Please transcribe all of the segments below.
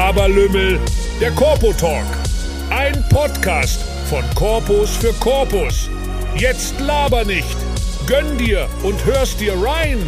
Laberlümmel, der Corpo Talk. Ein Podcast von Corpus für Corpus. Jetzt laber nicht. Gönn dir und hörst dir rein.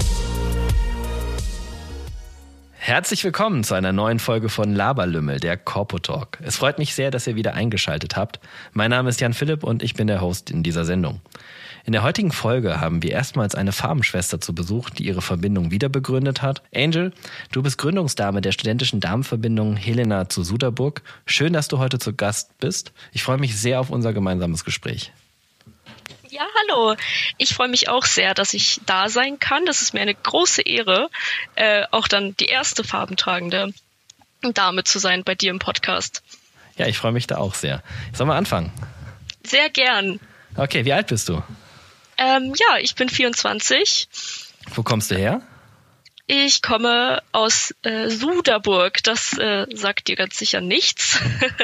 Herzlich willkommen zu einer neuen Folge von Laberlümmel, der Corpo Talk. Es freut mich sehr, dass ihr wieder eingeschaltet habt. Mein Name ist Jan Philipp und ich bin der Host in dieser Sendung. In der heutigen Folge haben wir erstmals eine Farbenschwester zu Besuch, die ihre Verbindung wieder begründet hat. Angel, du bist Gründungsdame der studentischen Damenverbindung Helena zu Suderburg. Schön, dass du heute zu Gast bist. Ich freue mich sehr auf unser gemeinsames Gespräch. Ja, hallo. Ich freue mich auch sehr, dass ich da sein kann. Das ist mir eine große Ehre, auch dann die erste farbentragende Dame zu sein bei dir im Podcast. Ja, ich freue mich da auch sehr. Sollen wir anfangen? Sehr gern. Okay, wie alt bist du? Ja, ich bin 24. Wo kommst du her? Ich komme aus Suderburg. Das sagt dir ganz sicher nichts.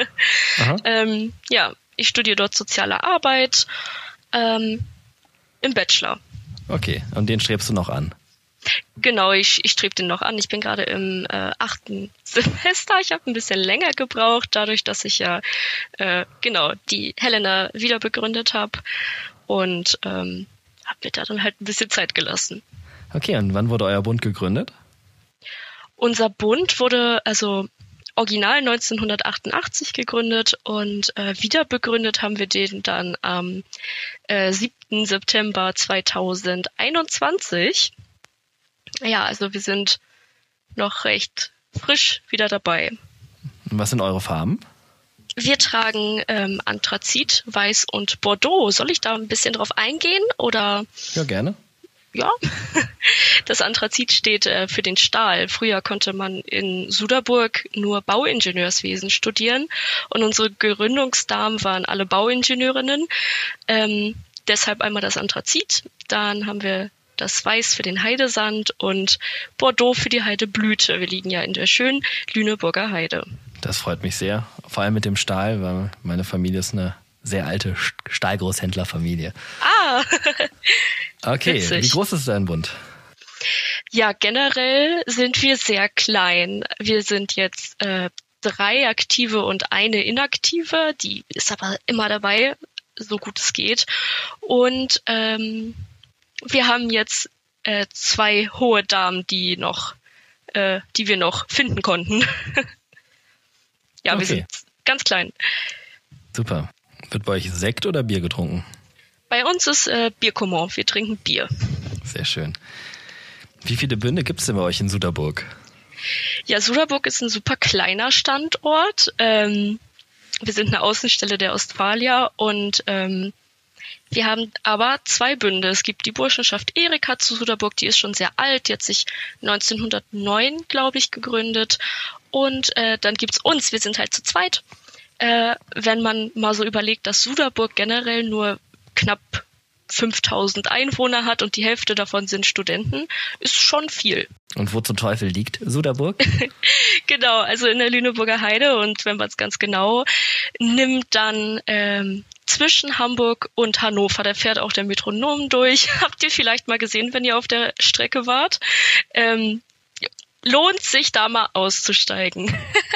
Ja, ich studiere dort Soziale Arbeit im Bachelor. Okay, und den strebst du noch an? Genau, ich strebe den noch an. Ich bin gerade im 8. Semester. Ich habe ein bisschen länger gebraucht, dadurch, dass ich ja die Helena wieder begründet habe und habe mir da dann halt ein bisschen Zeit gelassen. Okay, und wann wurde euer Bund gegründet? Unser Bund wurde original 1988 gegründet und wieder begründet haben wir den dann am 7. September 2021. Ja, also wir sind noch recht frisch wieder dabei. Was sind eure Farben? Wir tragen Anthrazit, Weiß und Bordeaux. Soll ich da ein bisschen drauf eingehen? Oder? Ja, gerne. Ja, das Anthrazit steht für den Stahl. Früher konnte man in Suderburg nur Bauingenieurswesen studieren und unsere Gründungsdamen waren alle Bauingenieurinnen. Deshalb einmal das Anthrazit, dann haben wir das Weiß für den Heidesand und Bordeaux für die Heideblüte. Wir liegen ja in der schönen Lüneburger Heide. Das freut mich sehr, vor allem mit dem Stahl, weil meine Familie ist eine sehr alte Stahlgroßhändlerfamilie. Ah, okay, witzig. Wie groß ist dein Bund? Ja, generell sind wir sehr klein. Wir sind jetzt 3 Aktive und eine Inaktive. Die ist aber immer dabei, so gut es geht. Und wir haben jetzt 2 hohe Damen, die wir noch finden konnten. Ja, okay. Wir sind ganz klein. Super. Wird bei euch Sekt oder Bier getrunken? Bei uns ist Bierkommand. Wir trinken Bier. Sehr schön. Wie viele Bünde gibt es denn bei euch in Suderburg? Ja, Suderburg ist ein super kleiner Standort. Wir sind eine Außenstelle der Ostfalia und wir haben aber 2 Bünde. Es gibt die Burschenschaft Erika zu Suderburg, die ist schon sehr alt, die hat sich 1909, glaube ich, gegründet. Und dann gibt's uns, wir sind halt zu zweit. Wenn man mal so überlegt, dass Suderburg generell nur knapp 5000 Einwohner hat und die Hälfte davon sind Studenten, ist schon viel. Und wo zum Teufel liegt Suderburg? Genau, also in der Lüneburger Heide und wenn man es ganz genau nimmt, dann zwischen Hamburg und Hannover, da fährt auch der Metronom durch. Habt ihr vielleicht mal gesehen, wenn ihr auf der Strecke wart? Lohnt sich da mal auszusteigen.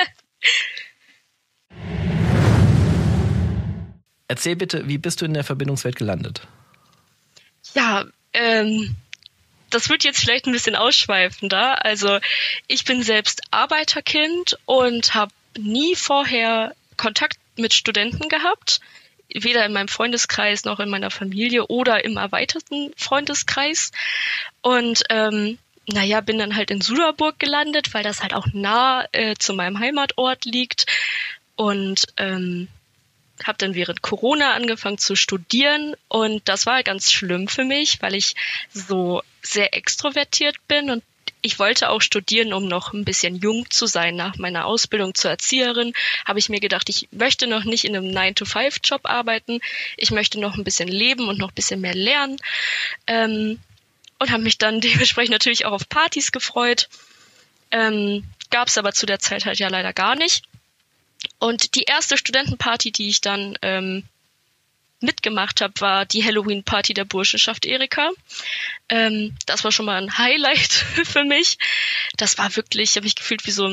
Erzähl bitte, wie bist du in der Verbindungswelt gelandet? Ja, das wird jetzt vielleicht ein bisschen ausschweifender. Also ich bin selbst Arbeiterkind und habe nie vorher Kontakt mit Studenten gehabt. Weder in meinem Freundeskreis noch in meiner Familie oder im erweiterten Freundeskreis. Und bin dann halt in Suderburg gelandet, weil das halt auch nah zu meinem Heimatort liegt. Und habe dann während Corona angefangen zu studieren und das war ganz schlimm für mich, weil ich so sehr extrovertiert bin und ich wollte auch studieren, um noch ein bisschen jung zu sein. Nach meiner Ausbildung zur Erzieherin habe ich mir gedacht, ich möchte noch nicht in einem 9-to-5-Job arbeiten, ich möchte noch ein bisschen leben und noch ein bisschen mehr lernen und habe mich dann dementsprechend natürlich auch auf Partys gefreut. Gab es aber zu der Zeit halt ja leider gar nicht. Und die erste Studentenparty, die ich dann mitgemacht habe, war die Halloween-Party der Burschenschaft Erika. Das war schon mal ein Highlight für mich. Das war wirklich, habe ich gefühlt wie so ein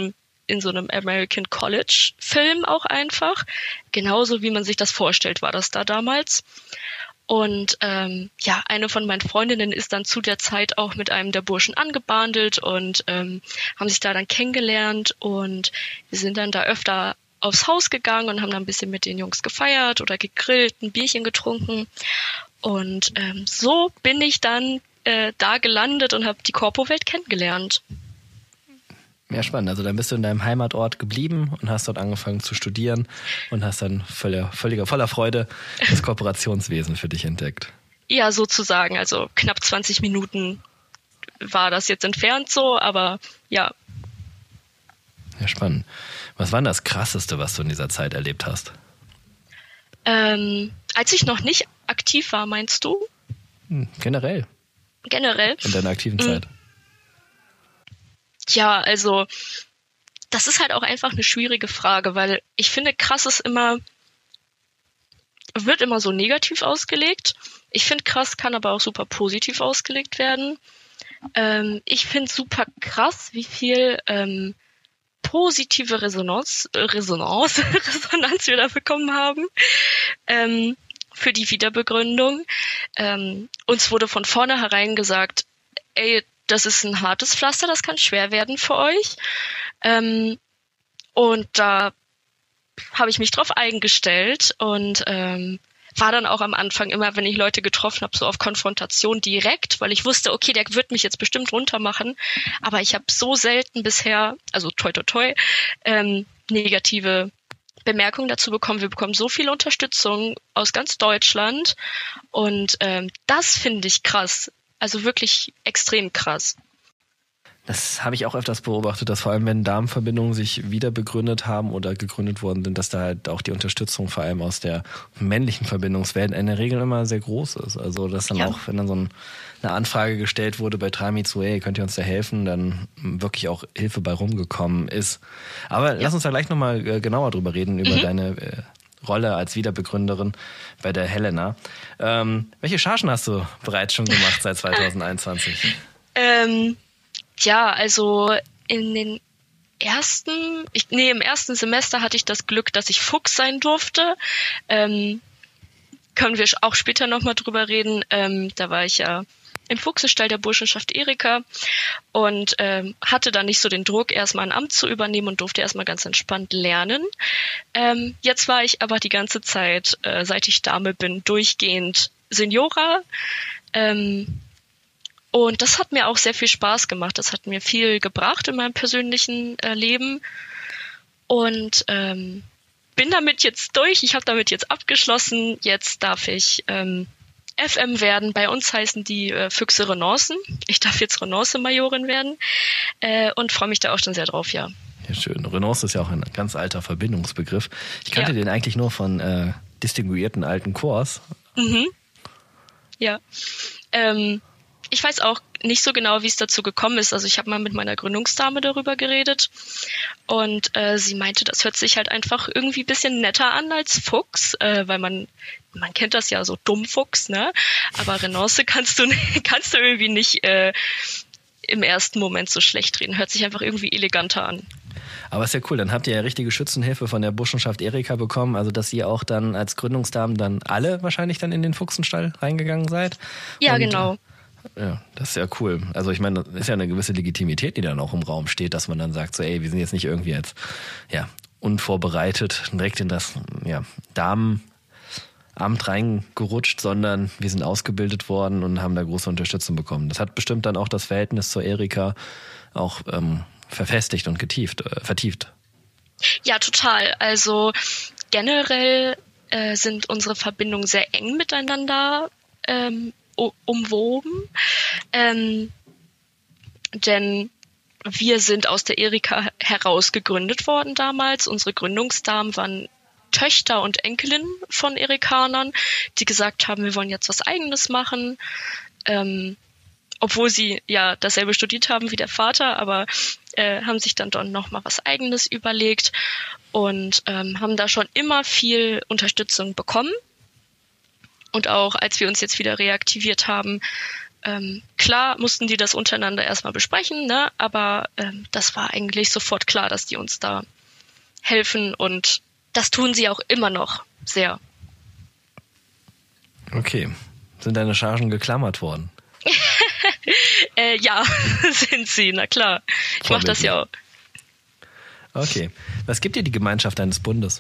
in so einem American College Film auch einfach. Genauso wie man sich das vorstellt, war das da damals. Und eine von meinen Freundinnen ist dann zu der Zeit auch mit einem der Burschen angebandelt und haben sich da dann kennengelernt und wir sind dann da öfter aufs Haus gegangen und haben dann ein bisschen mit den Jungs gefeiert oder gegrillt, ein Bierchen getrunken. Und so bin ich dann da gelandet und habe die Korpo-Welt kennengelernt. Ja, spannend. Also dann bist du in deinem Heimatort geblieben und hast dort angefangen zu studieren und hast dann voller Freude das Kooperationswesen für dich entdeckt. Ja, sozusagen. Also knapp 20 Minuten war das jetzt entfernt so, aber ja. Ja, spannend. Was war denn das Krasseste, was du in dieser Zeit erlebt hast? Als ich noch nicht aktiv war, meinst du? Generell. Generell? In deiner aktiven Zeit. Ja, also das ist halt auch einfach eine schwierige Frage, weil ich finde, krass wird immer so negativ ausgelegt. Ich finde, krass kann aber auch super positiv ausgelegt werden. Ich finde super krass, wie viel positive Resonanz wir da bekommen haben für die Wiederbegründung. Uns wurde von vornherein gesagt, ey, das ist ein hartes Pflaster, das kann schwer werden für euch. Und da habe ich mich drauf eingestellt und war dann auch am Anfang immer, wenn ich Leute getroffen habe, so auf Konfrontation direkt, weil ich wusste, okay, der wird mich jetzt bestimmt runtermachen. Aber ich habe so selten bisher, also toi toi toi, negative Bemerkungen dazu bekommen. Wir bekommen so viel Unterstützung aus ganz Deutschland und das finde ich krass. Also wirklich extrem krass. Das habe ich auch öfters beobachtet, dass vor allem, wenn Damenverbindungen sich wieder begründet haben oder gegründet worden sind, dass da halt auch die Unterstützung vor allem aus der männlichen Verbindungswelt in der Regel immer sehr groß ist. Also dass dann auch, wenn dann so eine Anfrage gestellt wurde bei Trami zu, hey, könnt ihr uns da helfen, dann wirklich auch Hilfe bei rumgekommen ist. Aber lass uns da gleich nochmal genauer drüber reden, über deine Rolle als Wiederbegründerin bei der Helena. Welche Chargen hast du bereits schon gemacht seit 2021? Ja, also im ersten Semester hatte ich das Glück, dass ich Fuchs sein durfte. Können wir auch später nochmal drüber reden. Da war ich ja im Fuchsestall der Burschenschaft Erika und hatte dann nicht so den Druck, erstmal ein Amt zu übernehmen und durfte erstmal ganz entspannt lernen. Jetzt war ich aber die ganze Zeit, seit ich Dame bin, durchgehend Seniora. Und das hat mir auch sehr viel Spaß gemacht. Das hat mir viel gebracht in meinem persönlichen Leben. Und bin damit jetzt durch. Ich habe damit jetzt abgeschlossen. Jetzt darf ich FM werden. Bei uns heißen die Füchse Renancen. Ich darf jetzt Renance-Majorin werden und freue mich da auch schon sehr drauf, ja. Ja, schön. Renance ist ja auch ein ganz alter Verbindungsbegriff. Ich kannte den eigentlich nur von distinguierten alten Chors. Mhm. Ja. Ich weiß auch nicht so genau, wie es dazu gekommen ist. Also ich habe mal mit meiner Gründungsdame darüber geredet und sie meinte, das hört sich halt einfach irgendwie ein bisschen netter an als Fuchs, weil man kennt das ja so, Dummfuchs, ne? Aber Renance kannst du irgendwie nicht im ersten Moment so schlecht reden. Hört sich einfach irgendwie eleganter an. Aber ist ja cool, dann habt ihr ja richtige Schützenhilfe von der Burschenschaft Erika bekommen, also dass ihr auch dann als Gründungsdamen dann alle wahrscheinlich dann in den Fuchsenstall reingegangen seid. Ja, und, genau. Ja, das ist ja cool. Also ich meine, das ist ja eine gewisse Legitimität, die dann auch im Raum steht, dass man dann sagt, so ey, wir sind jetzt nicht irgendwie jetzt unvorbereitet direkt in das Damenamt reingerutscht, sondern wir sind ausgebildet worden und haben da große Unterstützung bekommen. Das hat bestimmt dann auch das Verhältnis zur Erika auch verfestigt und vertieft. Ja, total. Also generell sind unsere Verbindungen sehr eng miteinander umwoben, denn wir sind aus der Erika heraus gegründet worden damals. Unsere Gründungsdamen waren Töchter und Enkelinnen von Erikanern, die gesagt haben, wir wollen jetzt was Eigenes machen, obwohl sie ja dasselbe studiert haben wie der Vater, aber haben sich dann doch noch mal was Eigenes überlegt und haben da schon immer viel Unterstützung bekommen. Und auch als wir uns jetzt wieder reaktiviert haben, klar mussten die das untereinander erstmal besprechen, ne? Aber das war eigentlich sofort klar, dass die uns da helfen und das tun sie auch immer noch sehr. Okay. Sind deine Chargen geklammert worden? Ja, sind sie, na klar. Ich mache das ja auch. Okay. Was gibt dir die Gemeinschaft deines Bundes?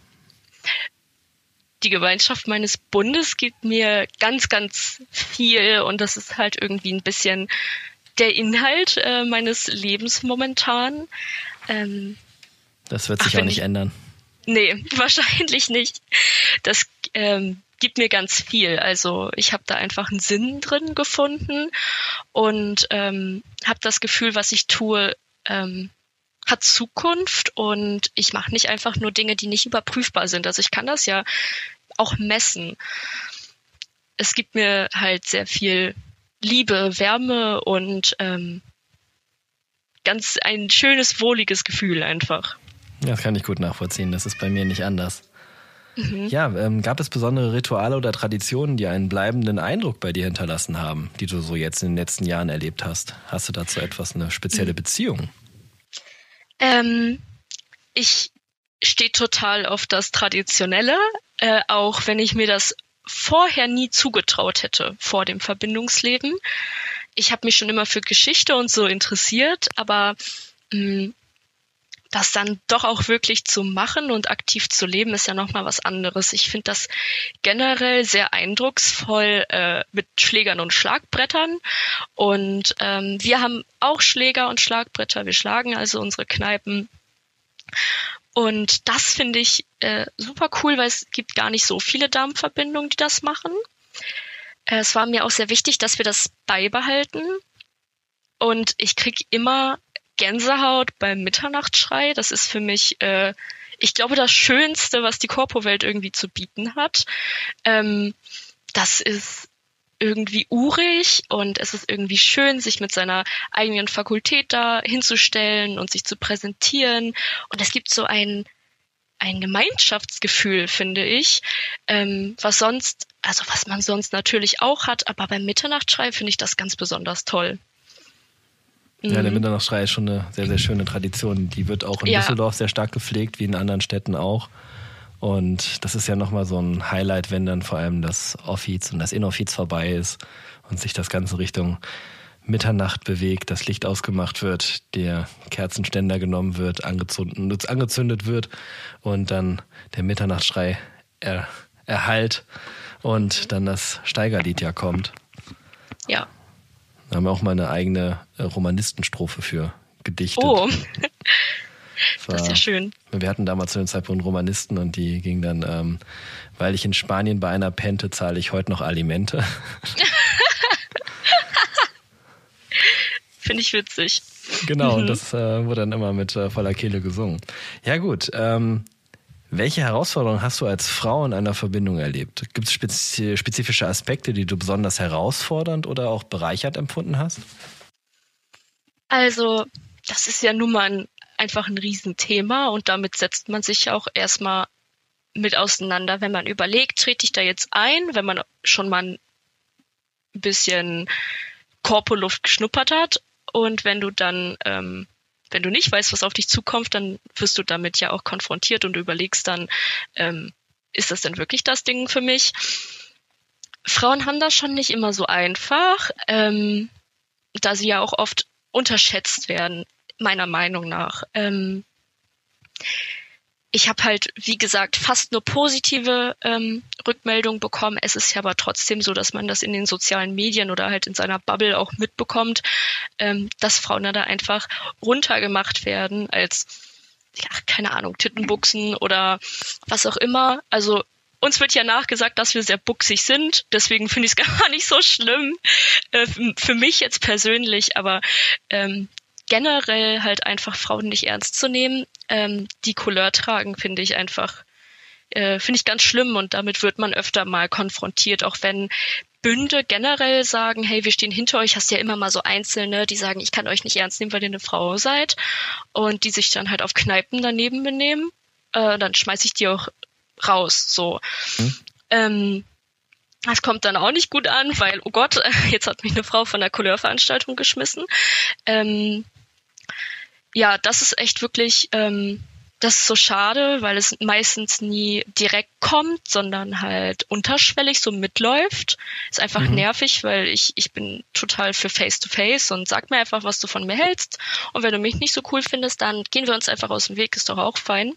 Die Gemeinschaft meines Bundes gibt mir ganz, ganz viel und das ist halt irgendwie ein bisschen der Inhalt meines Lebens momentan. Das wird sich auch nicht ändern. Nee, wahrscheinlich nicht. Das gibt mir ganz viel. Also ich habe da einfach einen Sinn drin gefunden und habe das Gefühl, was ich tue, hat Zukunft und ich mache nicht einfach nur Dinge, die nicht überprüfbar sind. Also ich kann das ja auch messen. Es gibt mir halt sehr viel Liebe, Wärme und ganz ein schönes, wohliges Gefühl einfach. Das kann ich gut nachvollziehen. Das ist bei mir nicht anders. Ja, gab es besondere Rituale oder Traditionen, die einen bleibenden Eindruck bei dir hinterlassen haben, die du so jetzt in den letzten Jahren erlebt hast? Hast du dazu eine spezielle Beziehung? Ich stehe total auf das Traditionelle, auch wenn ich mir das vorher nie zugetraut hätte, vor dem Verbindungsleben. Ich habe mich schon immer für Geschichte und so interessiert, aber das dann doch auch wirklich zu machen und aktiv zu leben, ist ja nochmal was anderes. Ich finde das generell sehr eindrucksvoll mit Schlägern und Schlagbrettern. Und wir haben auch Schläger und Schlagbretter. Wir schlagen also unsere Kneipen. Und das finde ich super cool, weil es gibt gar nicht so viele Damenverbindungen, die das machen. Es war mir auch sehr wichtig, dass wir das beibehalten. Und ich kriege immer Gänsehaut beim Mitternachtsschrei. Das ist für mich, ich glaube, das Schönste, was die Korpo-Welt irgendwie zu bieten hat. Das ist irgendwie urig und es ist irgendwie schön, sich mit seiner eigenen Fakultät da hinzustellen und sich zu präsentieren. Und es gibt so ein Gemeinschaftsgefühl, finde ich, was man sonst natürlich auch hat, aber beim Mitternachtsschrei finde ich das ganz besonders toll. Ja, der Mitternachtsschrei ist schon eine sehr, sehr schöne Tradition. Die wird auch in Düsseldorf sehr stark gepflegt, wie in anderen Städten auch. Und das ist ja nochmal so ein Highlight, wenn dann vor allem das Offiz und das Inoffiz vorbei ist und sich das Ganze Richtung Mitternacht bewegt, das Licht ausgemacht wird, der Kerzenständer genommen wird, angezündet wird und dann der Mitternachtsschrei erhallt und dann das Steigerlied ja kommt. Ja. Da haben wir auch mal eine eigene Romanistenstrophe für gedichtet. Oh, das ist ja schön. Wir hatten damals zu dem Zeitpunkt Romanisten und die ging dann, weil ich in Spanien bei einer pente, zahle ich heute noch Alimente. Finde ich witzig. Genau, und das wurde dann immer mit voller Kehle gesungen. Ja gut, welche Herausforderungen hast du als Frau in einer Verbindung erlebt? Gibt es spezifische Aspekte, die du besonders herausfordernd oder auch bereichert empfunden hast? Also, das ist ja nun mal einfach ein Riesenthema und damit setzt man sich auch erstmal mit auseinander, wenn man überlegt, trete ich da jetzt ein, wenn man schon mal ein bisschen Korpoluft geschnuppert hat und wenn du dann wenn du nicht weißt, was auf dich zukommt, dann wirst du damit ja auch konfrontiert und du überlegst dann, ist das denn wirklich das Ding für mich? Frauen haben das schon nicht immer so einfach, da sie ja auch oft unterschätzt werden, meiner Meinung nach. Ich habe halt, wie gesagt, fast nur positive Rückmeldungen bekommen. Es ist ja aber trotzdem so, dass man das in den sozialen Medien oder halt in seiner Bubble auch mitbekommt, dass Frauen da einfach runtergemacht werden als, ja, keine Ahnung, Tittenbuchsen oder was auch immer. Also uns wird ja nachgesagt, dass wir sehr buchsig sind. Deswegen finde ich es gar nicht so schlimm für mich jetzt persönlich. Aber generell halt einfach Frauen nicht ernst zu nehmen, die Couleur tragen, finde ich einfach, finde ich ganz schlimm und damit wird man öfter mal konfrontiert, auch wenn Bünde generell sagen, hey, wir stehen hinter euch, hast ja immer mal so Einzelne, die sagen, ich kann euch nicht ernst nehmen, weil ihr eine Frau seid und die sich dann halt auf Kneipen daneben benehmen, dann schmeiße ich die auch raus, so. Das kommt dann auch nicht gut an, weil, oh Gott, jetzt hat mich eine Frau von der Couleurveranstaltung geschmissen. Ja, das ist echt wirklich, das ist so schade, weil es meistens nie direkt kommt, sondern halt unterschwellig so mitläuft. Ist einfach nervig, weil ich bin total für Face-to-Face und sag mir einfach, was du von mir hältst. Und wenn du mich nicht so cool findest, dann gehen wir uns einfach aus dem Weg, ist doch auch fein.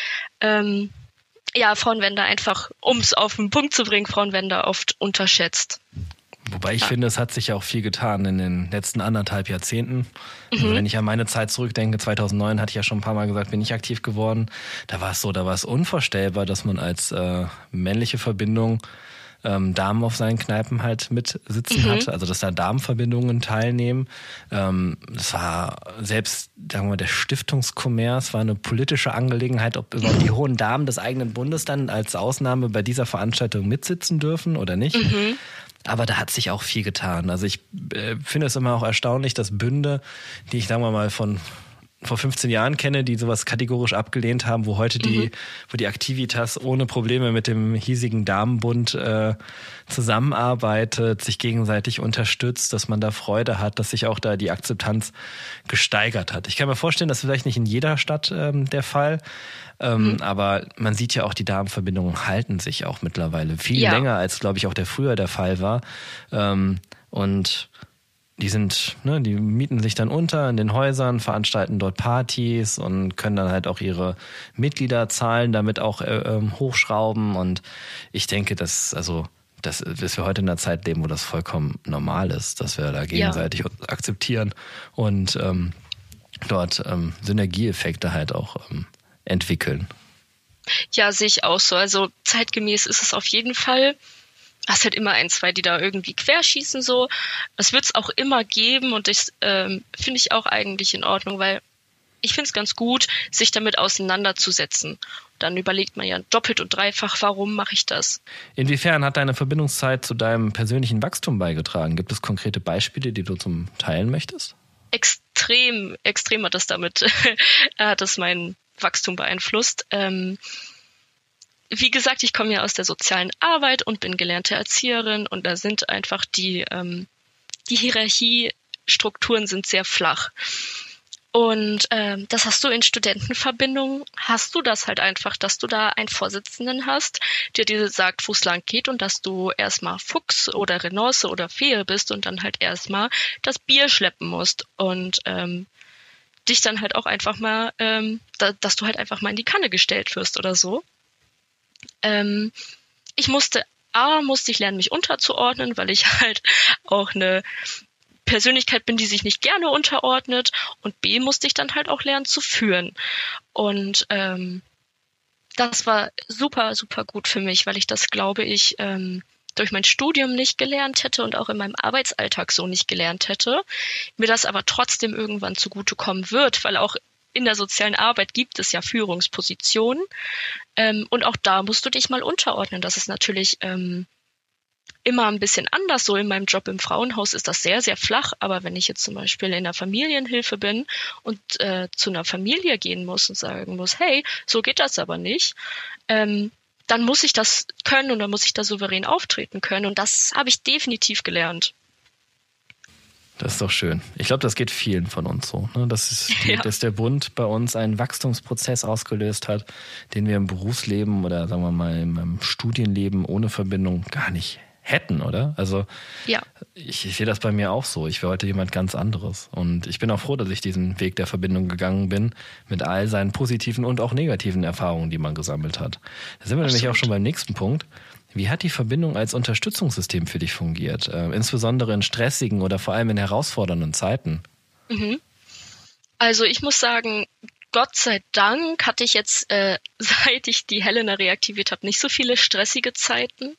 Ja, Frauen werden da einfach, um es auf den Punkt zu bringen, Frauen werden da oft unterschätzt. Wobei ich finde, es hat sich ja auch viel getan in den letzten 1,5 Jahrzehnten. Also wenn ich an meine Zeit zurückdenke, 2009 hatte ich ja schon ein paar Mal gesagt, bin ich aktiv geworden. Da war es unvorstellbar, dass man als männliche Verbindung Damen auf seinen Kneipen halt mitsitzen hatte, also dass da Damenverbindungen teilnehmen. Das war selbst, sagen wir mal, der Stiftungskommerz war eine politische Angelegenheit, ob überhaupt die hohen Damen des eigenen Bundes dann als Ausnahme bei dieser Veranstaltung mitsitzen dürfen oder nicht. Aber da hat sich auch viel getan. Also ich finde es immer auch erstaunlich, dass Bünde, die ich, sagen wir mal, vor 15 Jahren kenne, die sowas kategorisch abgelehnt haben, wo heute wo die Activitas ohne Probleme mit dem hiesigen Damenbund zusammenarbeitet, sich gegenseitig unterstützt, dass man da Freude hat, dass sich auch da die Akzeptanz gesteigert hat. Ich kann mir vorstellen, das ist vielleicht nicht in jeder Stadt der Fall, aber man sieht ja auch, die Damenverbindungen halten sich auch mittlerweile viel länger, als, glaube ich, auch früher der Fall war. Und die die mieten sich dann unter in den Häusern, veranstalten dort Partys und können dann halt auch ihre Mitgliederzahlen damit auch hochschrauben. Und ich denke, dass wir heute in einer Zeit leben, wo das vollkommen normal ist, dass wir da gegenseitig akzeptieren und dort Synergieeffekte halt auch entwickeln. Ja, sehe ich auch so. Also zeitgemäß ist es auf jeden Fall. Hast halt immer 1, 2, die da irgendwie querschießen so. Das wird es auch immer geben und das finde ich auch eigentlich in Ordnung, weil ich finde es ganz gut, sich damit auseinanderzusetzen. Dann überlegt man ja doppelt und dreifach, warum mache ich das? Inwiefern hat deine Verbindungszeit zu deinem persönlichen Wachstum beigetragen? Gibt es konkrete Beispiele, die du zum Teilen möchtest? Extrem hat das mein Wachstum beeinflusst. Wie gesagt, ich komme ja aus der sozialen Arbeit und bin gelernte Erzieherin und da sind einfach die Hierarchiestrukturen sind sehr flach. Und das hast du in Studentenverbindungen, hast du das halt einfach, dass du da einen Vorsitzenden hast, der dir sagt, wo es lang geht und dass du erstmal Fuchs oder Renonce oder Fee bist und dann halt erstmal das Bier schleppen musst und dich dann halt auch einfach mal, dass du halt einfach mal in die Kanne gestellt wirst oder so. Ich musste ich lernen, mich unterzuordnen, weil ich halt auch eine Persönlichkeit bin, die sich nicht gerne unterordnet, und B, musste ich dann halt auch lernen zu führen. Und das war super, super gut für mich, weil ich das, glaube ich, durch mein Studium nicht gelernt hätte und auch in meinem Arbeitsalltag so nicht gelernt hätte, mir das aber trotzdem irgendwann zugutekommen wird, weil auch in der sozialen Arbeit gibt es ja Führungspositionen und auch da musst du dich mal unterordnen. Das ist natürlich immer ein bisschen anders. So in meinem Job im Frauenhaus ist das sehr, sehr flach, aber wenn ich jetzt zum Beispiel in der Familienhilfe bin und zu einer Familie gehen muss und sagen muss, hey, so geht das aber nicht, dann muss ich das können und dann muss ich da souverän auftreten können und das habe ich definitiv gelernt. Das ist doch schön. Ich glaube, das geht vielen von uns so, ne? Dass der Bund bei uns einen Wachstumsprozess ausgelöst hat, den wir im Berufsleben oder sagen wir mal im Studienleben ohne Verbindung gar nicht hätten, oder? Also ich sehe das bei mir auch so. Ich wäre heute jemand ganz anderes. Und ich bin auch froh, dass ich diesen Weg der Verbindung gegangen bin, mit all seinen positiven und auch negativen Erfahrungen, die man gesammelt hat. Da sind wir nämlich auch schon beim nächsten Punkt. Wie hat die Verbindung als Unterstützungssystem für dich fungiert? Insbesondere in stressigen oder vor allem in herausfordernden Zeiten? Also ich muss sagen, Gott sei Dank hatte ich jetzt, seit ich die Helena reaktiviert habe, nicht so viele stressige Zeiten.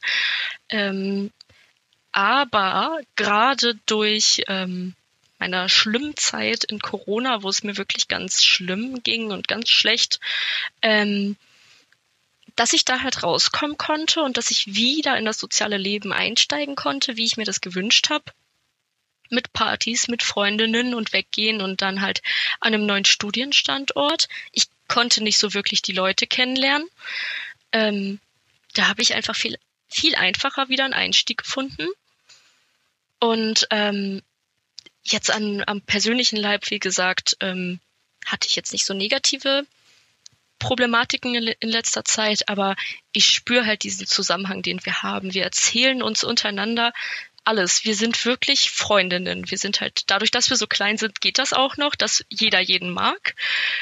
Aber gerade durch meiner schlimmen Zeit in Corona, wo es mir wirklich ganz schlimm ging und ganz schlecht, dass ich da halt rauskommen konnte und dass ich wieder in das soziale Leben einsteigen konnte, wie ich mir das gewünscht habe. Mit Partys, mit Freundinnen und weggehen und dann halt an einem neuen Studienstandort. Ich konnte nicht so wirklich die Leute kennenlernen. Da habe ich einfach viel viel einfacher wieder einen Einstieg gefunden. Und jetzt am persönlichen Leib, wie gesagt, hatte ich jetzt nicht so negative Problematiken in letzter Zeit, aber ich spüre halt diesen Zusammenhang, den wir haben. Wir erzählen uns untereinander alles. Wir sind wirklich Freundinnen. Wir sind halt, dadurch, dass wir so klein sind, geht das auch noch, dass jeder jeden mag.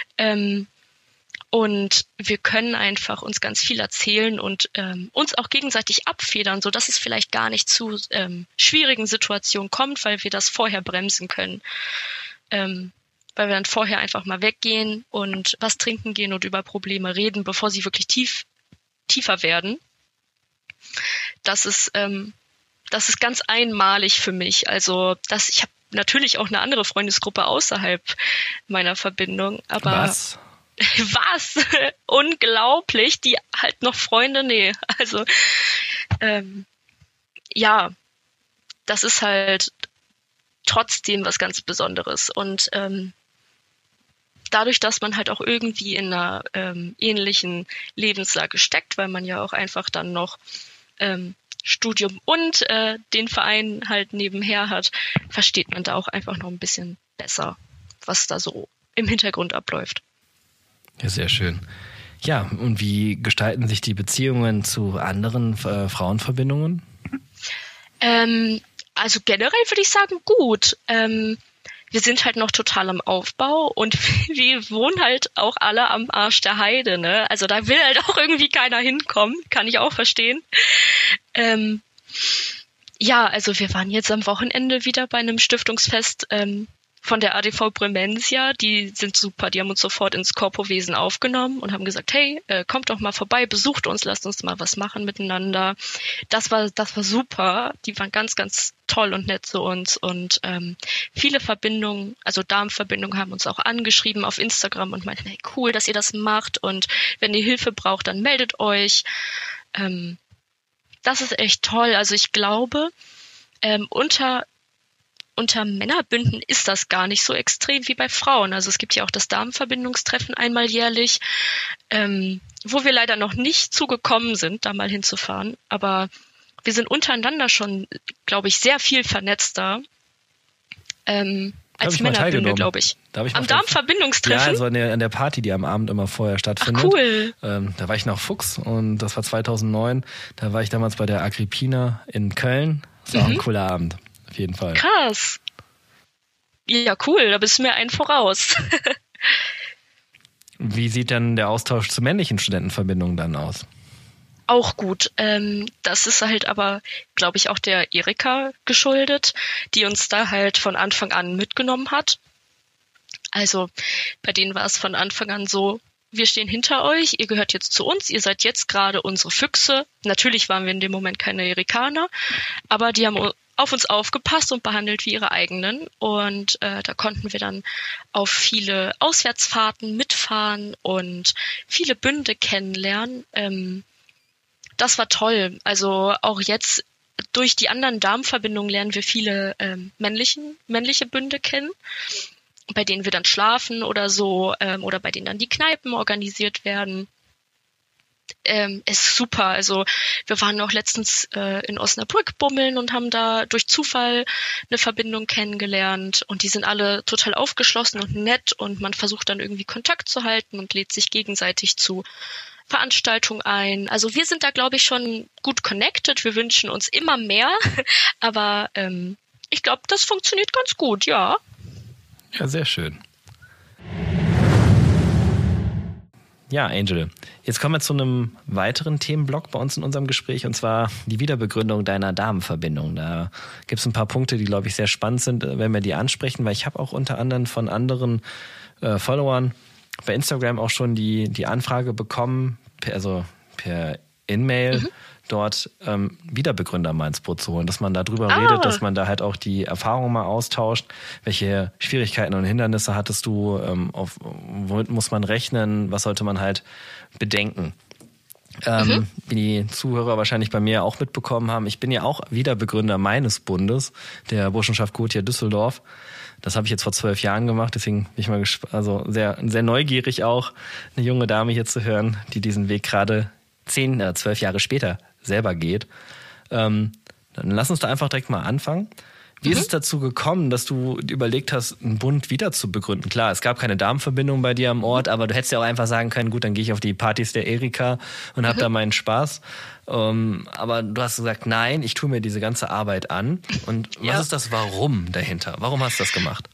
Und wir können einfach uns ganz viel erzählen und uns auch gegenseitig abfedern, sodass es vielleicht gar nicht zu schwierigen Situationen kommt, weil wir das vorher bremsen können. Weil wir dann vorher einfach mal weggehen und was trinken gehen und über Probleme reden, bevor sie wirklich tiefer werden. Das ist ganz einmalig für mich. Also ich habe natürlich auch eine andere Freundesgruppe außerhalb meiner Verbindung, aber was? Unglaublich, die halt noch Freunde, nee. Also ja, das ist halt trotzdem was ganz Besonderes. Und dadurch, dass man halt auch irgendwie in einer ähnlichen Lebenslage steckt, weil man ja auch einfach dann noch Studium und den Verein halt nebenher hat, versteht man da auch einfach noch ein bisschen besser, was da so im Hintergrund abläuft. Ja, sehr schön. Ja, und wie gestalten sich die Beziehungen zu anderen Frauenverbindungen? Also generell würde ich sagen, gut. Wir sind halt noch total am Aufbau und wir wohnen halt auch alle am Arsch der Heide, ne? Also da will halt auch irgendwie keiner hinkommen, kann ich auch verstehen. Ja, also wir waren jetzt am Wochenende wieder bei einem Stiftungsfest von der ADV Bremensia. Die sind super, die haben uns sofort ins Korpowesen aufgenommen und haben gesagt, hey, kommt doch mal vorbei, besucht uns, lasst uns mal was machen miteinander. Das war super, die waren ganz, ganz toll und nett zu uns und viele Verbindungen, also Darmverbindungen haben uns auch angeschrieben auf Instagram und meinten, hey, cool, dass ihr das macht und wenn ihr Hilfe braucht, dann meldet euch. Das ist echt toll. Also ich glaube, unter Männerbünden ist das gar nicht so extrem wie bei Frauen. Also es gibt ja auch das Damenverbindungstreffen einmal jährlich, wo wir leider noch nicht zugekommen sind, da mal hinzufahren. Aber wir sind untereinander schon, glaube ich, sehr viel vernetzter als Männerbünde, glaube ich. Am Damenverbindungstreffen? Ja, also an der Party, die am Abend immer vorher stattfindet. Ach, cool. Da war ich noch Fuchs und das war 2009. Da war ich damals bei der Agrippina in Köln. Das war auch ein cooler Abend. Auf jeden Fall. Krass. Ja, cool, da bist du mir einen voraus. Wie sieht dann der Austausch zu männlichen Studentenverbindungen dann aus? Auch gut. Das ist halt aber, glaube ich, auch der Erika geschuldet, die uns da halt von Anfang an mitgenommen hat. Also bei denen war es von Anfang an so, wir stehen hinter euch, ihr gehört jetzt zu uns, ihr seid jetzt gerade unsere Füchse. Natürlich waren wir in dem Moment keine Erikaner, aber die haben auf uns aufgepasst und behandelt wie ihre eigenen. Und da konnten wir dann auf viele Auswärtsfahrten mitfahren und viele Bünde kennenlernen. Das war toll. Also auch jetzt durch die anderen Darmverbindungen lernen wir viele männliche Bünde kennen, bei denen wir dann schlafen oder so, oder bei denen dann die Kneipen organisiert werden. Ist super. Also wir waren noch letztens in Osnabrück bummeln und haben da durch Zufall eine Verbindung kennengelernt und die sind alle total aufgeschlossen und nett und man versucht dann irgendwie Kontakt zu halten und lädt sich gegenseitig zu Veranstaltungen ein. Also wir sind da, glaube ich, schon gut connected. Wir wünschen uns immer mehr, aber ich glaube, das funktioniert ganz gut, ja. Ja, sehr schön. Ja, Angel, jetzt kommen wir zu einem weiteren Themenblock bei uns in unserem Gespräch und zwar die Wiederbegründung deiner Damenverbindung. Da gibt es ein paar Punkte, die, glaube ich, sehr spannend sind, wenn wir die ansprechen, weil ich habe auch unter anderem von anderen Followern bei Instagram auch schon die Anfrage bekommen, per In-Mail, dort Wiederbegründer mal ins Boot zu holen, dass man da drüber redet, dass man da halt auch die Erfahrungen mal austauscht. Welche Schwierigkeiten und Hindernisse hattest du? Womit muss man rechnen? Was sollte man halt bedenken? Wie die Zuhörer wahrscheinlich bei mir auch mitbekommen haben, ich bin ja auch Wiederbegründer meines Bundes, der Burschenschaft Gothia Düsseldorf. Das habe ich jetzt vor 12 Jahren gemacht, deswegen bin ich mal sehr, sehr neugierig auch, eine junge Dame hier zu hören, die diesen Weg gerade 12 Jahre später selber geht. Dann lass uns da einfach direkt mal anfangen. Wie ist es dazu gekommen, dass du überlegt hast, einen Bund wieder zu begründen? Klar, es gab keine Damenverbindung bei dir am Ort, aber du hättest ja auch einfach sagen können, gut, dann gehe ich auf die Partys der Erika und habe da meinen Spaß. Aber du hast gesagt, nein, ich tue mir diese ganze Arbeit an. Und was ist das Warum dahinter? Warum hast du das gemacht?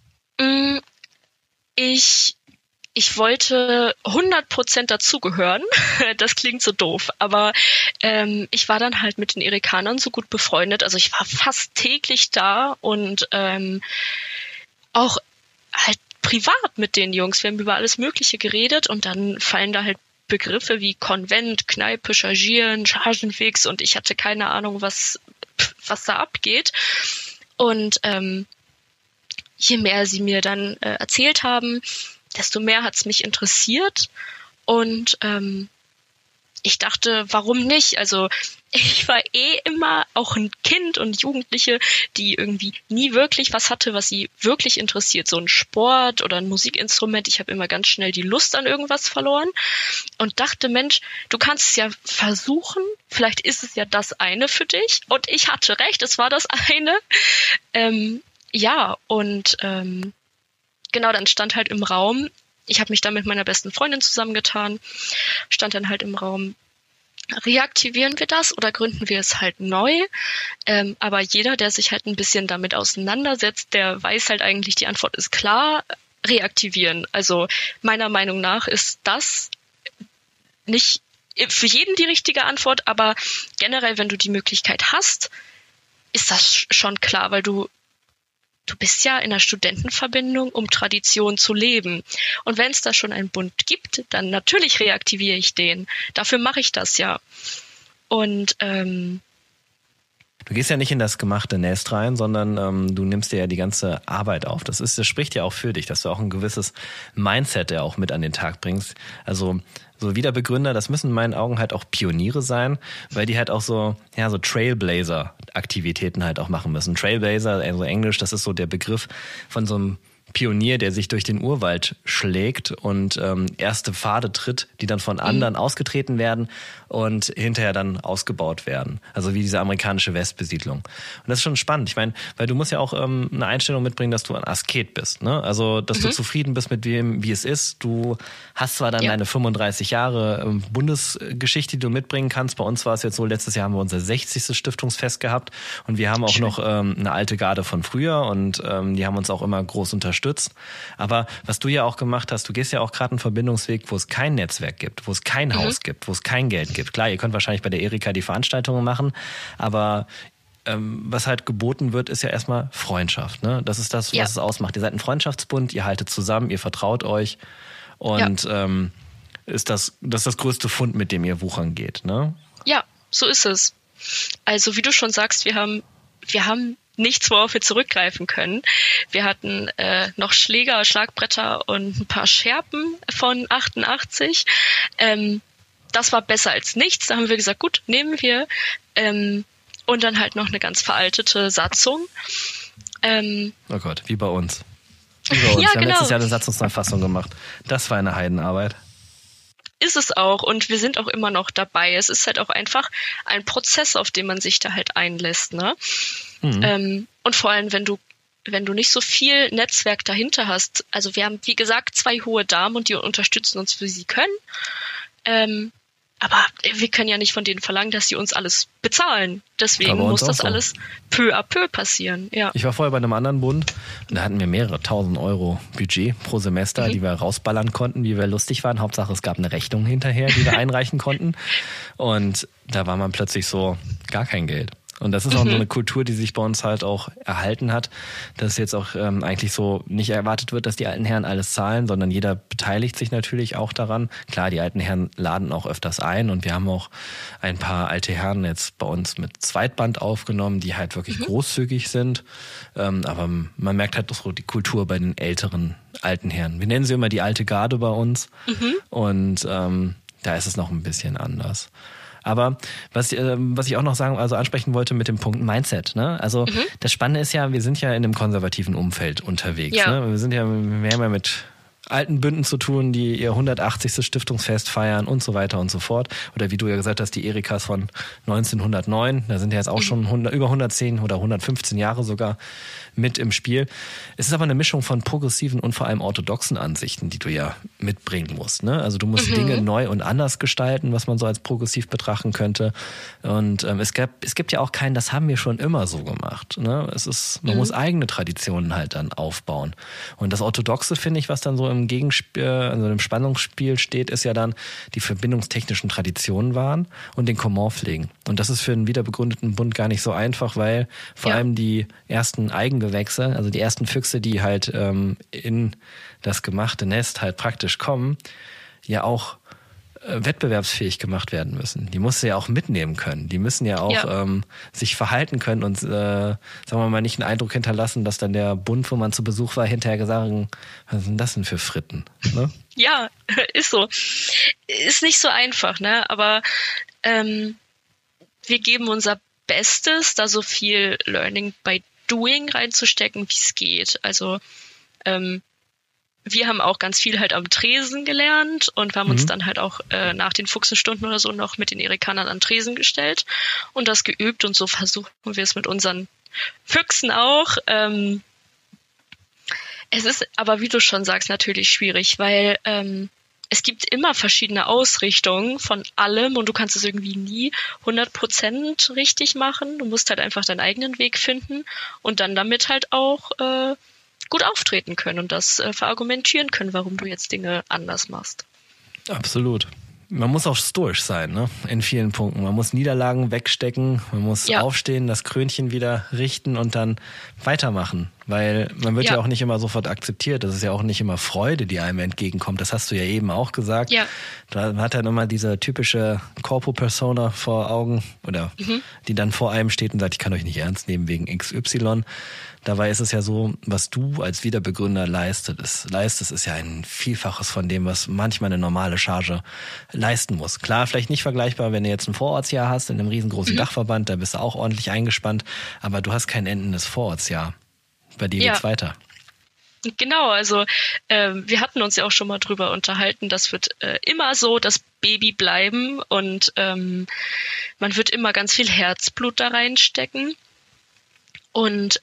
Ich wollte 100% dazugehören. Das klingt so doof, aber ich war dann halt mit den Erikanern so gut befreundet. Also ich war fast täglich da und auch halt privat mit den Jungs. Wir haben über alles Mögliche geredet und dann fallen da halt Begriffe wie Konvent, Kneipe, Chargieren, Chargenfix und ich hatte keine Ahnung, was da abgeht. Und je mehr sie mir dann erzählt haben, desto mehr hat's mich interessiert und ich dachte, warum nicht? Also ich war immer auch ein Kind und Jugendliche, die irgendwie nie wirklich was hatte, was sie wirklich interessiert. So ein Sport oder ein Musikinstrument. Ich habe immer ganz schnell die Lust an irgendwas verloren und dachte, Mensch, du kannst es ja versuchen. Vielleicht ist es ja das eine für dich. Und ich hatte recht, es war das eine. Genau, dann stand halt im Raum, ich habe mich da mit meiner besten Freundin zusammengetan, stand dann halt im Raum, reaktivieren wir das oder gründen wir es halt neu? Aber jeder, der sich halt ein bisschen damit auseinandersetzt, der weiß halt eigentlich, die Antwort ist klar, reaktivieren. Also meiner Meinung nach ist das nicht für jeden die richtige Antwort, aber generell, wenn du die Möglichkeit hast, ist das schon klar, weil du bist ja in einer Studentenverbindung, um Tradition zu leben. Und wenn es da schon einen Bund gibt, dann natürlich reaktiviere ich den. Dafür mache ich das ja. Und du gehst ja nicht in das gemachte Nest rein, sondern du nimmst dir ja die ganze Arbeit auf. Das spricht ja auch für dich, dass du auch ein gewisses Mindset ja auch mit an den Tag bringst. Also so Wiederbegründer, das müssen in meinen Augen halt auch Pioniere sein, weil die halt auch so Trailblazer-Aktivitäten halt auch machen müssen. Trailblazer, also Englisch, das ist so der Begriff von so einem Pionier, der sich durch den Urwald schlägt und erste Pfade tritt, die dann von anderen ausgetreten werden und hinterher dann ausgebaut werden. Also wie diese amerikanische Westbesiedlung. Und das ist schon spannend. Ich meine, weil du musst ja auch eine Einstellung mitbringen, dass du ein Asket bist, ne? Also, dass du zufrieden bist mit dem, wie es ist. Du hast zwar dann deine 35 Jahre Bundesgeschichte, die du mitbringen kannst. Bei uns war es jetzt so, letztes Jahr haben wir unser 60. Stiftungsfest gehabt und wir haben auch noch eine alte Garde von früher und die haben uns auch immer groß unterstützt. Aber was du ja auch gemacht hast, du gehst ja auch gerade einen Verbindungsweg, wo es kein Netzwerk gibt, wo es kein Haus gibt, wo es kein Geld gibt. Klar, ihr könnt wahrscheinlich bei der Erika die Veranstaltungen machen, aber was halt geboten wird, ist ja erstmal Freundschaft. Ne? Das ist das, was es ausmacht. Ihr seid ein Freundschaftsbund, ihr haltet zusammen, ihr vertraut euch und ist das größte Fund, mit dem ihr wuchern geht. Ne? Ja, so ist es. Also wie du schon sagst, wir haben nichts, worauf wir zurückgreifen können. Wir hatten noch Schläger, Schlagbretter und ein paar Scherben von 88. Das war besser als nichts. Da haben wir gesagt, gut, nehmen wir. Und dann halt noch eine ganz veraltete Satzung. Oh Gott, wie bei uns. Wir haben letztes Jahr eine Satzungsneufassung gemacht. Das war eine Heidenarbeit. Ist es auch und wir sind auch immer noch dabei. Es ist halt auch einfach ein Prozess, auf den man sich da halt einlässt, ne? Und vor allem, wenn du nicht so viel Netzwerk dahinter hast, also wir haben, wie gesagt, 2 hohe Damen und die unterstützen uns, wie sie können, aber wir können ja nicht von denen verlangen, dass sie uns alles bezahlen. Deswegen muss das alles peu à peu passieren. Ja. Ich war vorher bei einem anderen Bund und da hatten wir mehrere 1.000 Euro Budget pro Semester, die wir rausballern konnten, wie wir lustig waren. Hauptsache, es gab eine Rechnung hinterher, die wir einreichen konnten. Und da war man plötzlich so, gar kein Geld. Und das ist auch so eine Kultur, die sich bei uns halt auch erhalten hat, dass jetzt auch eigentlich so nicht erwartet wird, dass die alten Herren alles zahlen, sondern jeder beteiligt sich natürlich auch daran. Klar, die alten Herren laden auch öfters ein und wir haben auch ein paar alte Herren jetzt bei uns mit Zweitband aufgenommen, die halt wirklich großzügig sind. Aber man merkt halt so die Kultur bei den älteren alten Herren. Wir nennen sie immer die alte Garde bei uns und da ist es noch ein bisschen anders. Aber was ich auch noch ansprechen wollte mit dem Punkt Mindset, ne? Also das Spannende ist ja, wir sind ja in einem konservativen Umfeld unterwegs. Ja. Ne? Wir haben ja mit alten Bünden zu tun, die ihr 180. Stiftungsfest feiern und so weiter und so fort. Oder wie du ja gesagt hast, die Erikas von 1909, da sind ja jetzt auch schon über 110 oder 115 Jahre sogar mit im Spiel. Es ist aber eine Mischung von progressiven und vor allem orthodoxen Ansichten, die du ja mitbringen musst. Ne? Also du musst Dinge neu und anders gestalten, was man so als progressiv betrachten könnte. Und es gibt ja auch keinen, das haben wir schon immer so gemacht. Ne? Man muss eigene Traditionen halt dann aufbauen. Und das Orthodoxe, finde ich, was dann so im Gegenspiel, also im Spannungsspiel steht, ist ja dann die verbindungstechnischen Traditionen wahren und den Comment pflegen. Und das ist für einen wiederbegründeten Bund gar nicht so einfach, weil vor allem die ersten Eigengewächse, also die ersten Füchse, die halt in das gemachte Nest halt praktisch kommen, ja auch wettbewerbsfähig gemacht werden müssen. Die musst du ja auch mitnehmen können. Die müssen ja auch sich verhalten können und sagen wir mal nicht einen Eindruck hinterlassen, dass dann der Bund, wo man zu Besuch war, hinterher gesagt, was sind das denn für Fritten? Ne? Ja, ist so. Ist nicht so einfach, ne? Aber wir geben unser Bestes, da so viel Learning by Doing reinzustecken, wie es geht. Also wir haben auch ganz viel halt am Tresen gelernt und wir haben uns dann halt auch nach den Fuchsenstunden oder so noch mit den Erikanern an Tresen gestellt und das geübt und so versuchen wir es mit unseren Füchsen auch. Es ist aber, wie du schon sagst, natürlich schwierig, weil es gibt immer verschiedene Ausrichtungen von allem und du kannst es irgendwie nie 100% richtig machen. Du musst halt einfach deinen eigenen Weg finden und dann damit halt auch gut auftreten können und das verargumentieren können, warum du jetzt Dinge anders machst. Absolut. Man muss auch stoisch sein, ne? In vielen Punkten. Man muss Niederlagen wegstecken, man muss aufstehen, das Krönchen wieder richten und dann weitermachen. Weil man wird ja auch nicht immer sofort akzeptiert. Das ist ja auch nicht immer Freude, die einem entgegenkommt. Das hast du ja eben auch gesagt. Ja. Da hat dann immer diese typische Corpo-Persona vor Augen oder die dann vor einem steht und sagt, ich kann euch nicht ernst nehmen wegen XY. Dabei ist es ja so, was du als Wiederbegründer leistest, ist ja ein Vielfaches von dem, was manchmal eine normale Charge leisten muss. Klar, vielleicht nicht vergleichbar, wenn du jetzt ein Vorortsjahr hast in einem riesengroßen Dachverband, da bist du auch ordentlich eingespannt, aber du hast kein endendes Vorortsjahr. Bei dir geht's weiter. Genau, also wir hatten uns ja auch schon mal drüber unterhalten, das wird immer so das Baby bleiben und man wird immer ganz viel Herzblut da reinstecken und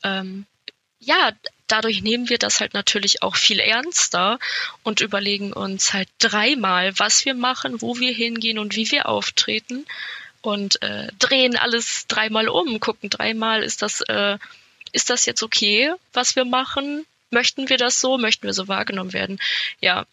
dadurch nehmen wir das halt natürlich auch viel ernster und überlegen uns halt dreimal, was wir machen, wo wir hingehen und wie wir auftreten und drehen alles dreimal um, gucken dreimal, ist das jetzt okay, was wir machen? Möchten wir das so? Möchten wir so wahrgenommen werden? Ja.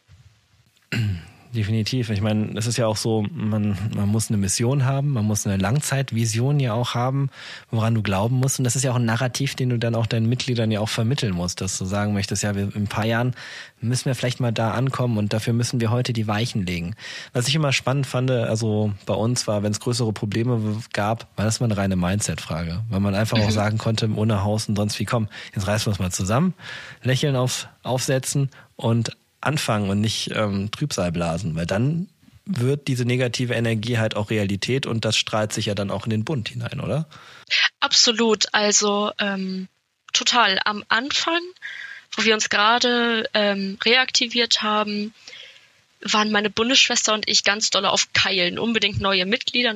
Definitiv. Ich meine, es ist ja auch so, man muss eine Mission haben, man muss eine Langzeitvision ja auch haben, woran du glauben musst. Und das ist ja auch ein Narrativ, den du dann auch deinen Mitgliedern ja auch vermitteln musst, dass du sagen möchtest, ja, in ein paar Jahren müssen wir vielleicht mal da ankommen und dafür müssen wir heute die Weichen legen. Was ich immer spannend fand, also bei uns war, wenn es größere Probleme gab, war das mal eine reine Mindset-Frage, weil man einfach auch sagen konnte, ohne Haus und sonst wie, komm, jetzt reißen wir uns mal zusammen, Lächeln aufsetzen und anfangen und nicht Trübsal blasen, weil dann wird diese negative Energie halt auch Realität und das strahlt sich ja dann auch in den Bund hinein, oder? Absolut, also total. Am Anfang, wo wir uns gerade reaktiviert haben, waren meine Bundesschwester und ich ganz doll auf Keilen, unbedingt neue Mitglieder.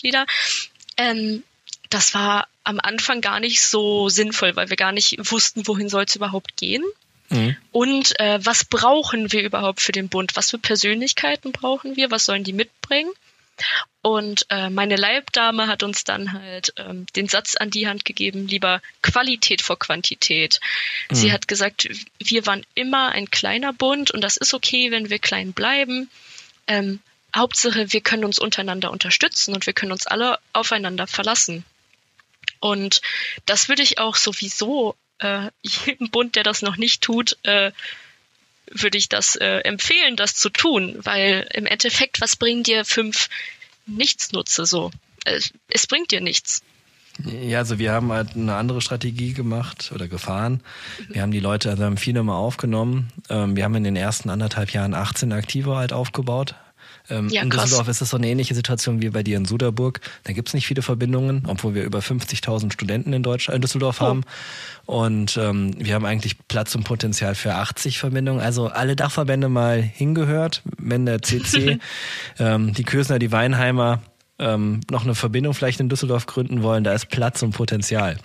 Das war am Anfang gar nicht so sinnvoll, weil wir gar nicht wussten, wohin soll es überhaupt gehen. Und was brauchen wir überhaupt für den Bund? Was für Persönlichkeiten brauchen wir? Was sollen die mitbringen? Und meine Leibdame hat uns dann halt den Satz an die Hand gegeben, lieber Qualität vor Quantität. Sie hat gesagt, wir waren immer ein kleiner Bund und das ist okay, wenn wir klein bleiben. Hauptsache, wir können uns untereinander unterstützen und wir können uns alle aufeinander verlassen. Und das würde ich auch sowieso jedem Bund, der das noch nicht tut, würde ich das empfehlen, das zu tun, weil im Endeffekt, was bringen dir 5 Nichtsnutze so? Es bringt dir nichts. Ja, also wir haben halt eine andere Strategie gemacht oder gefahren. Wir haben die Leute, haben viele mal aufgenommen. Wir haben in den ersten 1,5 Jahren 18 Aktive halt aufgebaut. In Düsseldorf ist es so eine ähnliche Situation wie bei dir in Suderburg. Da gibt es nicht viele Verbindungen, obwohl wir über 50.000 Studenten in Düsseldorf haben. Und wir haben eigentlich Platz und Potenzial für 80 Verbindungen. Also alle Dachverbände mal hingehört, wenn der CC, die Kösner, die Weinheimer noch eine Verbindung vielleicht in Düsseldorf gründen wollen, da ist Platz und Potenzial.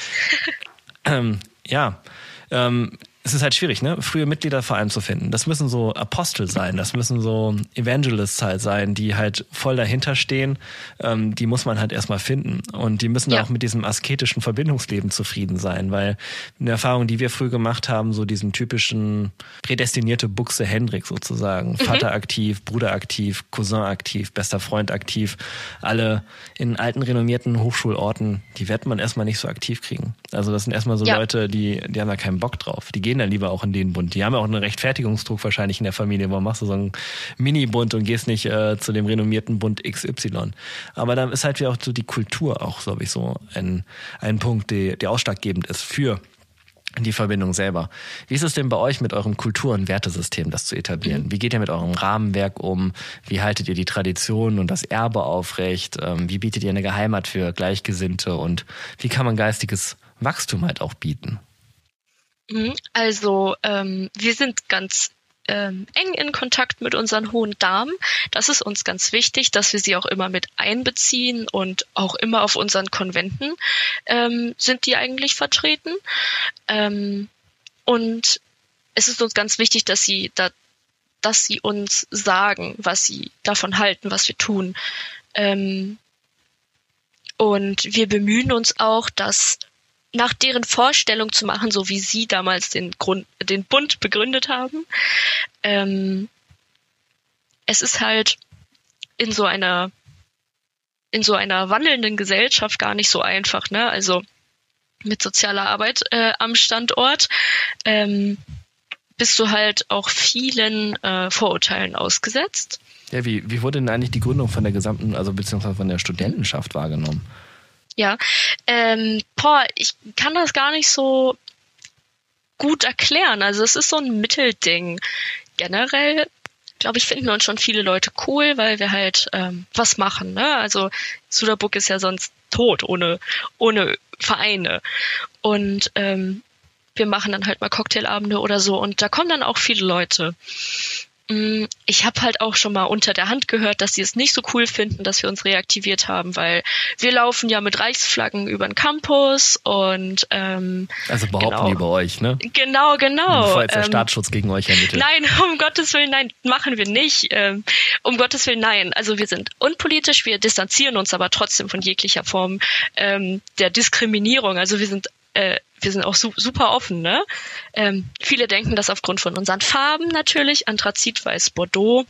Es ist halt schwierig, ne? Frühe Mitglieder vor allem zu finden. Das müssen so Apostel sein, das müssen so Evangelists halt sein, die halt voll dahinter stehen. Die muss man halt erstmal finden. Und die müssen auch mit diesem asketischen Verbindungsleben zufrieden sein, weil eine Erfahrung, die wir früh gemacht haben, so diesen typischen prädestinierte Buchse Hendrik sozusagen. Vater aktiv, Bruder aktiv, Cousin aktiv, bester Freund aktiv. Alle in alten, renommierten Hochschulorten, die wird man erstmal nicht so aktiv kriegen. Also das sind erstmal so Leute, die haben da keinen Bock drauf. Die gehen dann lieber auch in den Bund. Die haben ja auch einen Rechtfertigungsdruck wahrscheinlich in der Familie. Warum machst du so einen Mini-Bund und gehst nicht zu dem renommierten Bund XY? Aber dann ist halt wieder auch so die Kultur auch, glaube ich, so ein Punkt, der ausschlaggebend ist für die Verbindung selber. Wie ist es denn bei euch mit eurem Kultur- und Wertesystem, das zu etablieren? Wie geht ihr mit eurem Rahmenwerk um? Wie haltet ihr die Tradition und das Erbe aufrecht? Wie bietet ihr eine Heimat für Gleichgesinnte? Und wie kann man geistiges Wachstum halt auch bieten? Also wir sind ganz eng in Kontakt mit unseren hohen Damen. Das ist uns ganz wichtig, dass wir sie auch immer mit einbeziehen und auch immer auf unseren Konventen sind die eigentlich vertreten. Und es ist uns ganz wichtig, dass sie uns sagen, was sie davon halten, was wir tun. Und wir bemühen uns auch, das nach deren Vorstellung zu machen, so wie sie damals den Bund begründet haben. Es ist halt in so einer wandelnden Gesellschaft gar nicht so einfach, ne? Also mit sozialer Arbeit am Standort bist du halt auch vielen Vorurteilen ausgesetzt. Ja, wie wurde denn eigentlich die Gründung von der gesamten, also beziehungsweise von der Studentenschaft wahrgenommen? Ja, ich kann das gar nicht so gut erklären. Also es ist so ein Mittelding. Generell, glaube ich, finden uns schon viele Leute cool, weil wir halt was machen, ne? Also Suderburg ist ja sonst tot, ohne Vereine. Und wir machen dann halt mal Cocktailabende oder so und da kommen dann auch viele Leute. Ich habe halt auch schon mal unter der Hand gehört, dass sie es nicht so cool finden, dass wir uns reaktiviert haben, weil wir laufen ja mit Reichsflaggen über den Campus und also behaupten die bei euch, ne? Genau. Bevor jetzt der Staatsschutz gegen euch ermittelt. Nein, um Gottes Willen, nein, machen wir nicht. Um Gottes Willen, nein. Also wir sind unpolitisch, wir distanzieren uns aber trotzdem von jeglicher Form der Diskriminierung. Also wir sind auch super offen, ne? Viele denken das aufgrund von unseren Farben natürlich, Anthrazit, Weiß, Bordeaux,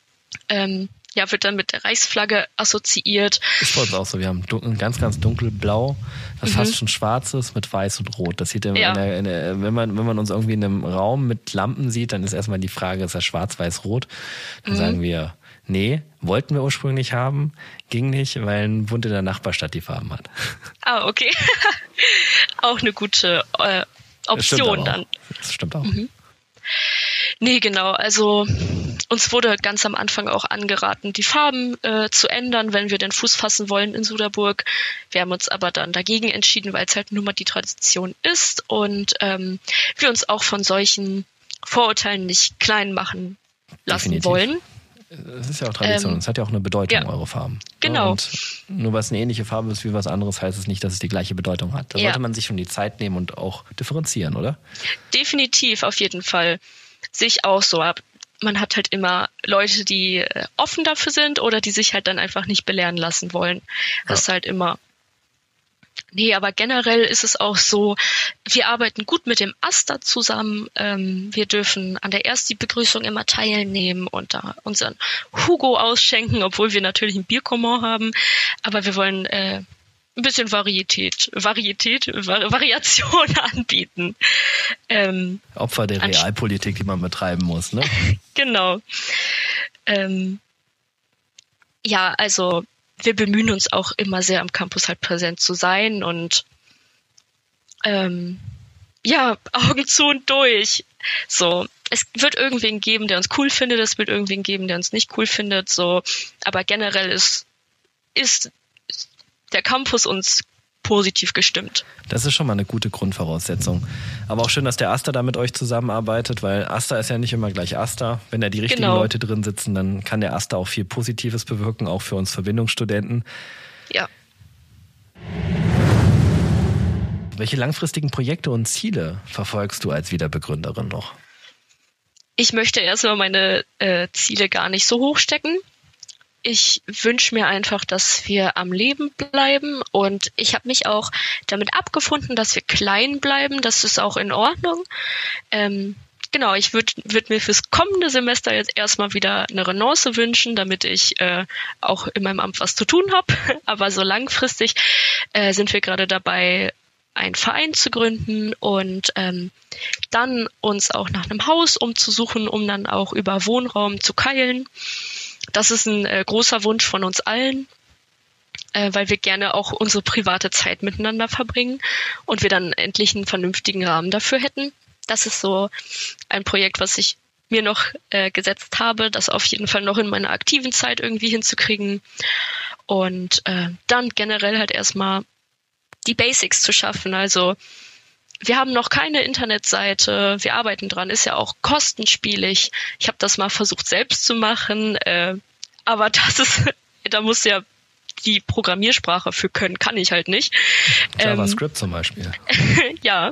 wird dann mit der Reichsflagge assoziiert. Ist bei uns auch so, wir haben ganz, ganz dunkelblau, was fast schon schwarz ist, mit Weiß und Rot. Das sieht wenn man uns irgendwie in einem Raum mit Lampen sieht, dann ist erstmal die Frage, ist das schwarz, weiß, rot? Dann sagen wir, nee, wollten wir ursprünglich haben, ging nicht, weil ein Bund in der Nachbarstadt die Farben hat. Ah, okay. Auch eine gute Option dann. Das stimmt auch. Nee, genau. Also uns wurde ganz am Anfang auch angeraten, die Farben zu ändern, wenn wir den Fuß fassen wollen in Suderburg. Wir haben uns aber dann dagegen entschieden, weil es halt nun mal die Tradition ist und wir uns auch von solchen Vorurteilen nicht klein machen lassen wollen. Es ist ja auch Tradition, es hat ja auch eine Bedeutung, eure Farben. Genau. Und nur weil es eine ähnliche Farbe ist wie was anderes, heißt es nicht, dass es die gleiche Bedeutung hat. Da sollte man sich schon die Zeit nehmen und auch differenzieren, oder? Definitiv, auf jeden Fall. Sehe ich auch so. Man hat halt immer Leute, die offen dafür sind oder die sich halt dann einfach nicht belehren lassen wollen. Das ist halt immer... Nee, aber generell ist es auch so, wir arbeiten gut mit dem AStA zusammen. Wir dürfen an der Ersti-Begrüßung immer teilnehmen und da unseren Hugo ausschenken, obwohl wir natürlich ein Bierkommand haben. Aber wir wollen ein bisschen Variation anbieten. Opfer der Realpolitik, die man betreiben muss, ne? Genau. Also wir bemühen uns auch immer sehr am Campus halt präsent zu sein und Augen zu und durch. So, es wird irgendwen geben, der uns cool findet, es wird irgendwen geben, der uns nicht cool findet, so. Aber generell ist der Campus uns positiv gestimmt. Das ist schon mal eine gute Grundvoraussetzung. Aber auch schön, dass der Aster da mit euch zusammenarbeitet, weil Aster ist ja nicht immer gleich Aster. Wenn da die richtigen Leute drin sitzen, dann kann der Aster auch viel Positives bewirken, auch für uns Verbindungsstudenten. Ja. Welche langfristigen Projekte und Ziele verfolgst du als Wiederbegründerin noch? Ich möchte erstmal meine Ziele gar nicht so hoch stecken. Ich wünsche mir einfach, dass wir am Leben bleiben, und ich habe mich auch damit abgefunden, dass wir klein bleiben. Das ist auch in Ordnung. Genau, ich würd mir fürs kommende Semester jetzt erstmal wieder eine Renonce wünschen, damit ich auch in meinem Amt was zu tun habe. Aber so langfristig sind wir gerade dabei, einen Verein zu gründen und dann uns auch nach einem Haus umzusuchen, um dann auch über Wohnraum zu keilen. Das ist ein großer Wunsch von uns allen, weil wir gerne auch unsere private Zeit miteinander verbringen und wir dann endlich einen vernünftigen Rahmen dafür hätten. Das ist so ein Projekt, was ich mir noch gesetzt habe, das auf jeden Fall noch in meiner aktiven Zeit irgendwie hinzukriegen. Und dann generell halt erstmal die Basics zu schaffen. Also wir haben noch keine Internetseite, wir arbeiten dran, ist ja auch kostenspielig. Ich habe das mal versucht selbst zu machen, aber da muss ja die Programmiersprache für können, kann ich halt nicht. JavaScript zum Beispiel. Ja.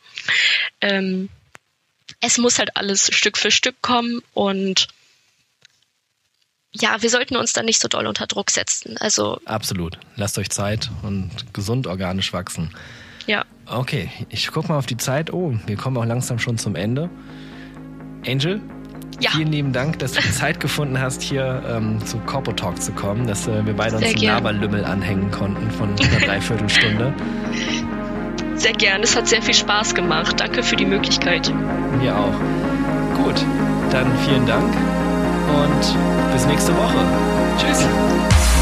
Es muss halt alles Stück für Stück kommen, und ja, wir sollten uns da nicht so doll unter Druck setzen. Also absolut. Lasst euch Zeit und gesund organisch wachsen. Ja. Okay, ich guck mal auf die Zeit. Oh, wir kommen auch langsam schon zum Ende. Angel, vielen lieben Dank, dass du die Zeit gefunden hast, hier zu Corpo Talk zu kommen, dass wir beide uns einen Laberlümmel anhängen konnten von einer Dreiviertelstunde. Sehr gern, es hat sehr viel Spaß gemacht. Danke für die Möglichkeit. Mir auch. Gut, dann vielen Dank und bis nächste Woche. Tschüss.